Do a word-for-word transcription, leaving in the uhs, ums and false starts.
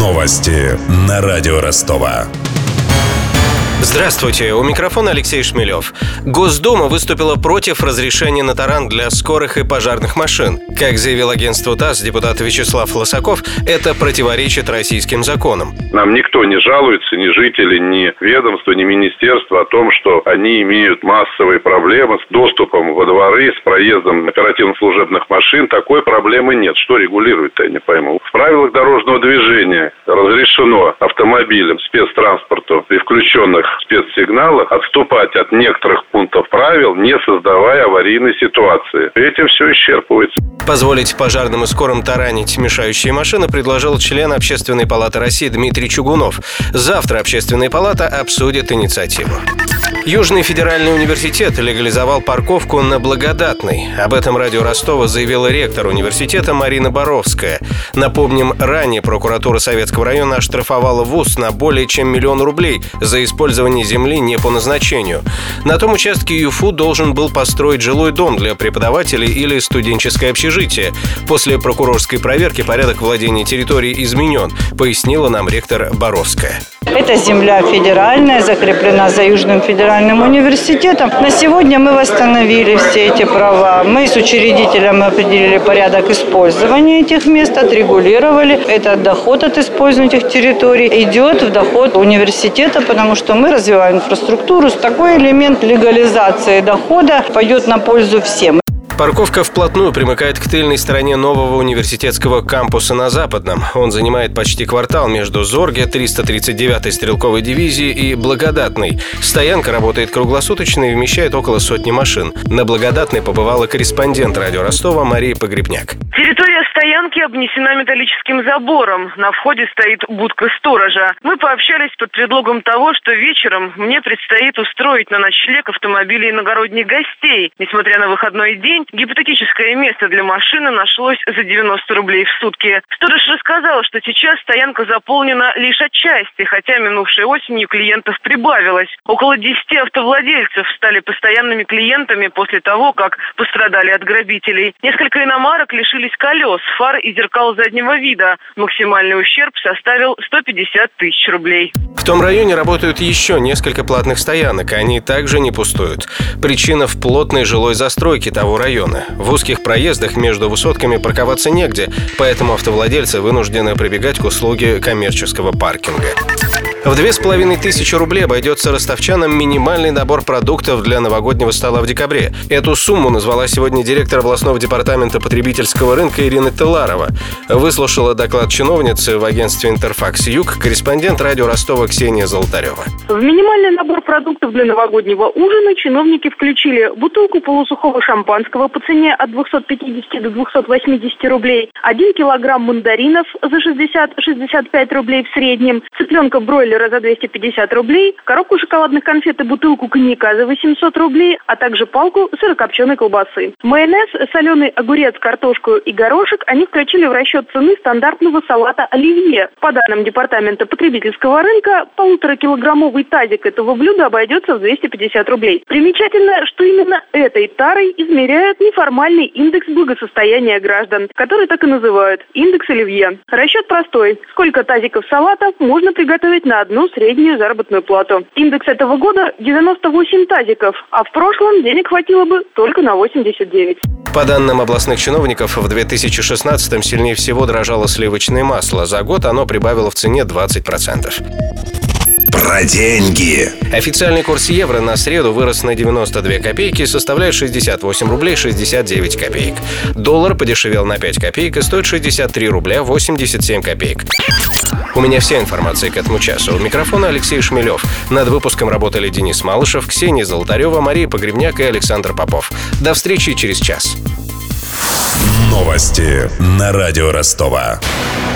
Новости на радио Ростова. Здравствуйте, у микрофона Алексей Шмелев. Госдума выступила против разрешения на таран для скорых и пожарных машин. Как заявил агентству ТАСС депутат Вячеслав Лосаков, это противоречит российским законам. Нам никто не жалуется, ни жители, ни ведомство, ни министерство о том, что они имеют массовые проблемы с доступом во дворы, с проездом оперативно-служебных машин. Такой проблемы нет. Что регулирует-то, я не пойму. В правилах дорожного движения разрешено автомобилям, спецтранспорту при включенных спецсигналах отступать от некоторых пунктов правил, не создавая аварийной ситуации. Этим все исчерпывается. Позволить пожарным и скорым таранить мешающие машины предложил член Общественной палаты России Дмитрий Чугунов. Завтра Общественная палата обсудит инициативу. Южный федеральный университет легализовал парковку на Благодатной. Об этом радио Ростова заявила ректор университета Марина Боровская. Напомним, ранее прокуратура Советского района оштрафовала вуз на более чем миллион рублей за использование земли не по назначению. На том участке ЮФУ должен был построить жилой дом для преподавателей или студенческое общежитие. После прокурорской проверки порядок владения территорией изменен, пояснила нам ректор Боровская. Эта земля федеральная, закреплена за Южным федеральным университетом. На сегодня мы восстановили все эти права. Мы с учредителем определили порядок использования этих мест, отрегулировали. Этот доход от использования этих территорий идет в доход университета, потому что мы развиваем инфраструктуру. Такой элемент легализации дохода пойдет на пользу всем. Парковка вплотную примыкает к тыльной стороне нового университетского кампуса на Западном. Он занимает почти квартал между Зорге, триста тридцать девятой стрелковой дивизией и Благодатной. Стоянка работает круглосуточно и вмещает около сотни машин. На Благодатной побывала корреспондент радио Ростова Мария Погребняк. Территория стоянки обнесена металлическим забором. На входе стоит будка сторожа. Мы пообщались под предлогом того, что вечером мне предстоит устроить на ночлег автомобили иногородних гостей. Несмотря на выходной день, гипотетическое место для машины нашлось за девяносто рублей в сутки. Сторож рассказал, что сейчас стоянка заполнена лишь отчасти, хотя минувшей осенью клиентов прибавилось. Около десяти автовладельцев стали постоянными клиентами после того, как пострадали от грабителей. Несколько иномарок лишились колес, фар и зеркал заднего вида. Максимальный ущерб составил сто пятьдесят тысяч рублей. В том районе работают еще несколько платных стоянок, они также не пустуют. Причина в плотной жилой застройке того района. В узких проездах между высотками парковаться негде, поэтому автовладельцы вынуждены прибегать к услуге коммерческого паркинга. В две с половиной тысячи рублей обойдется ростовчанам минимальный набор продуктов для новогоднего стола в декабре. Эту сумму назвала сегодня директор областного департамента потребительского рынка Ирина Теларова. Выслушала доклад чиновницы в агентстве «Интерфакс Юг» корреспондент радио Ростова Ксения Золотарева. В минимальный набор продуктов для новогоднего ужина чиновники включили бутылку полусухого шампанского по цене от двухсот пятидесяти до двухсот восьмидесяти рублей, один килограмм мандаринов за шестьдесят - шестьдесят пять рублей в среднем, цыпленка бройлера за двести пятьдесят рублей, коробку шоколадных конфет и бутылку коньяка за восемьсот рублей, а также палку сырокопченой колбасы. Майонез, соленый огурец, картошку и горошек они включили в расчет цены стандартного салата оливье. По данным департамента потребительского рынка, полуторакилограммовый тазик этого блюда обойдется в двести пятьдесят рублей. Примечательно, что именно этой тарой измеряют неформальный индекс благосостояния граждан, который так и называют – индекс оливье. Расчет простой. Сколько тазиков салата можно приготовить на одну среднюю заработную плату. Индекс этого года – девяносто восемь тазиков, а в прошлом денег хватило бы только на восемьдесят девять. По данным областных чиновников, в две тысячи шестнадцатом сильнее всего дорожало сливочное масло. За год оно прибавило в цене двадцать процентов. Про деньги. Официальный курс евро на среду вырос на девяносто две копейки и составляет шестьдесят восемь рублей шестьдесят девять копеек. Доллар подешевел на пять копеек и стоит шестьдесят три рубля восемьдесят семь копеек. У меня вся информация к этому часу. У микрофона Алексей Шмелев. Над выпуском работали Денис Малышев, Ксения Золотарева, Мария Погребняк и Александр Попов. До встречи через час. Новости на радио Ростова.